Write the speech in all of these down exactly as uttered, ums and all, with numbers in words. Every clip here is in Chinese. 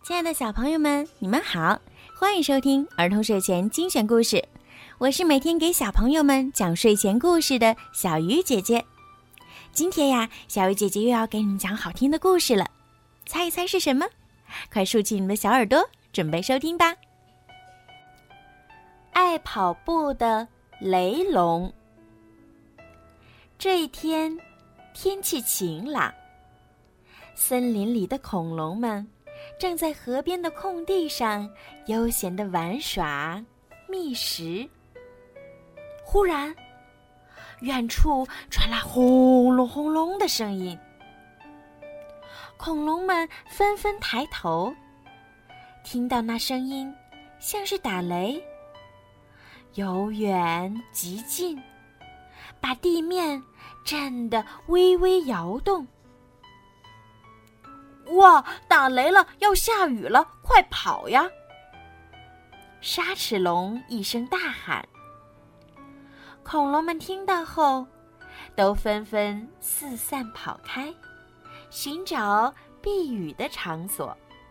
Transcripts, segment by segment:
亲爱的小朋友们，你们好，欢迎收听儿童睡前精选故事。我是每天给小朋友们讲睡前故事的小鱼姐姐。今天呀，小鱼姐姐又要给你们讲好听的故事了，猜一猜是什么？快竖起你们的小耳朵，准备收听吧。爱跑步的雷龙。这一天，天气晴朗，森林里的恐龙们正在河边的空地上悠闲地玩耍觅食。忽然，远处传来轰隆轰隆的声音，恐龙们纷纷抬头，听到那声音像是打雷，由远及近，把地面震得微微摇动。哇，打雷了，要下雨了，快跑呀！沙齿龙一声大喊。恐龙们听到后，都纷纷四散跑开，寻找避雨的场所。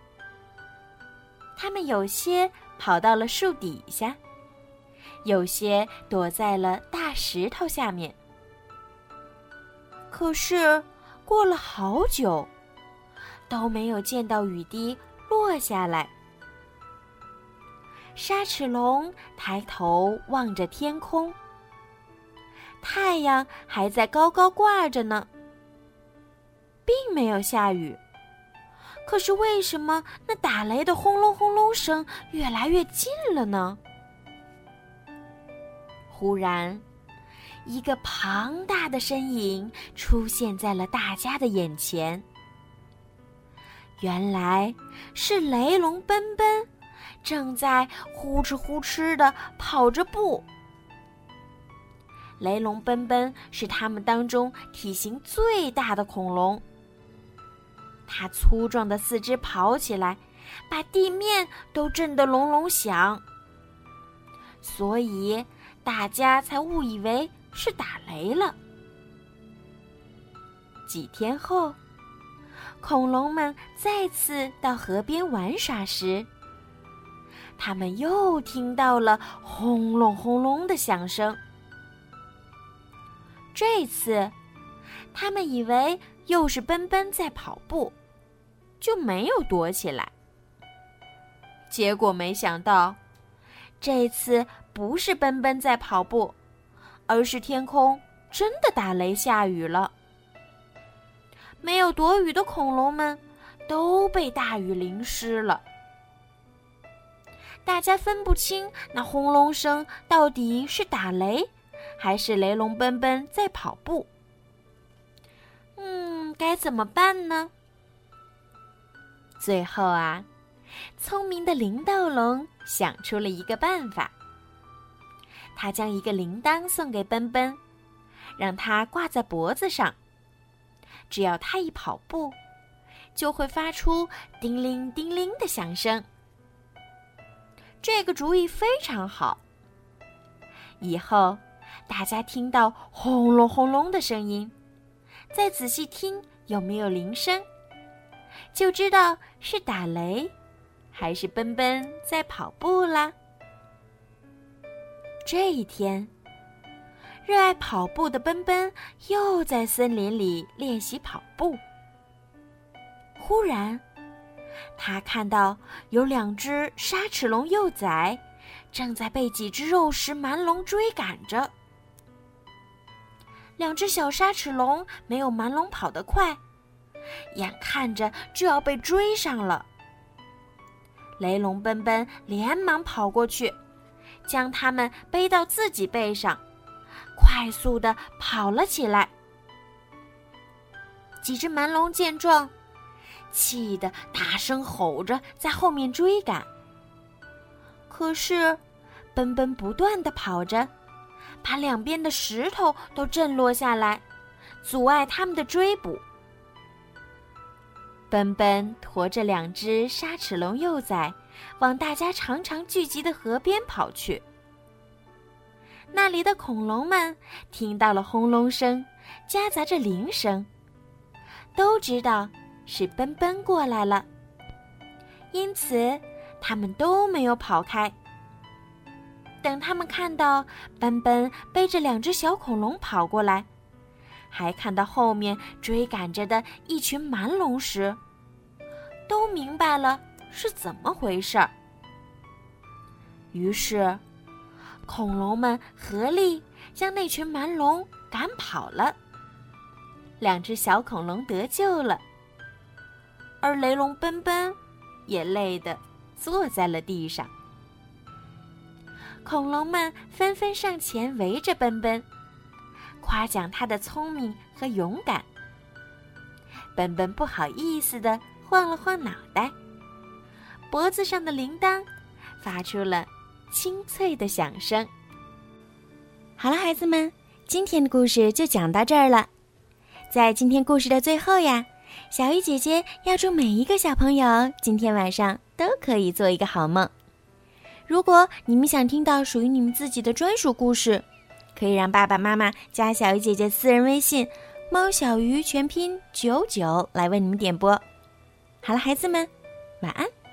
它们有些跑到了树底下，有些躲在了大石头下面。可是，过了好久，都没有见到雨滴落下来。沙齿龙抬头望着天空，太阳还在高高挂着呢，并没有下雨。可是为什么那打雷的轰隆轰隆声越来越近了呢？忽然，一个庞大的身影出现在了大家的眼前。原来是雷龙奔奔，正在呼哧呼哧地跑着步。雷龙奔奔是他们当中体型最大的恐龙，它粗壮的四肢跑起来，把地面都震得隆隆响，所以大家才误以为是打雷了。几天后，恐龙们再次到河边玩耍时，他们又听到了轰隆轰隆的响声。这次，他们以为又是奔奔在跑步，就没有躲起来。结果没想到，这次不是奔奔在跑步，而是天空真的打雷下雨了。没有躲雨的恐龙们都被大雨淋湿了。大家分不清那轰隆声到底是打雷，还是雷龙奔奔在跑步。嗯，该怎么办呢？最后啊，聪明的铃铛龙想出了一个办法。他将一个铃铛送给奔奔，让它挂在脖子上。只要他一跑步，就会发出叮铃叮铃的响声。这个主意非常好。以后大家听到轰隆轰隆的声音，再仔细听有没有铃声，就知道是打雷还是奔奔在跑步啦。这一天，热爱跑步的奔奔又在森林里练习跑步。忽然，他看到有两只沙齿龙幼崽正在被几只肉食蛮龙追赶着。两只小沙齿龙没有蛮龙跑得快，眼看着就要被追上了。雷龙奔奔连忙跑过去，将它们背到自己背上，快速地跑了起来。几只蛮龙见状，气得大声吼着在后面追赶。可是，奔奔不断地跑着，把两边的石头都震落下来，阻碍他们的追捕。奔奔驮着两只沙齿龙幼崽，往大家常常聚集的河边跑去。那里的恐龙们听到了轰隆声，夹杂着铃声，都知道是奔奔过来了， 因此他们都没有跑开。等他们看到奔奔背着两只小恐龙跑过来，还看到后面追赶着的一群蛮龙时，都明白了是怎么回事儿。于是恐龙们合力将那群蛮龙赶跑了，两只小恐龙得救了，而雷龙奔奔也累得坐在了地上。恐龙们纷纷上前围着奔奔，夸奖他的聪明和勇敢。奔奔不好意思地晃了晃脑袋，脖子上的铃铛发出了清脆的响声。好了，孩子们，今天的故事就讲到这儿了。在今天故事的最后呀，小鱼姐姐要祝每一个小朋友今天晚上都可以做一个好梦。如果你们想听到属于你们自己的专属故事，可以让爸爸妈妈加小鱼姐姐私人微信猫小鱼全拼九九来为你们点播。好了，孩子们，晚安。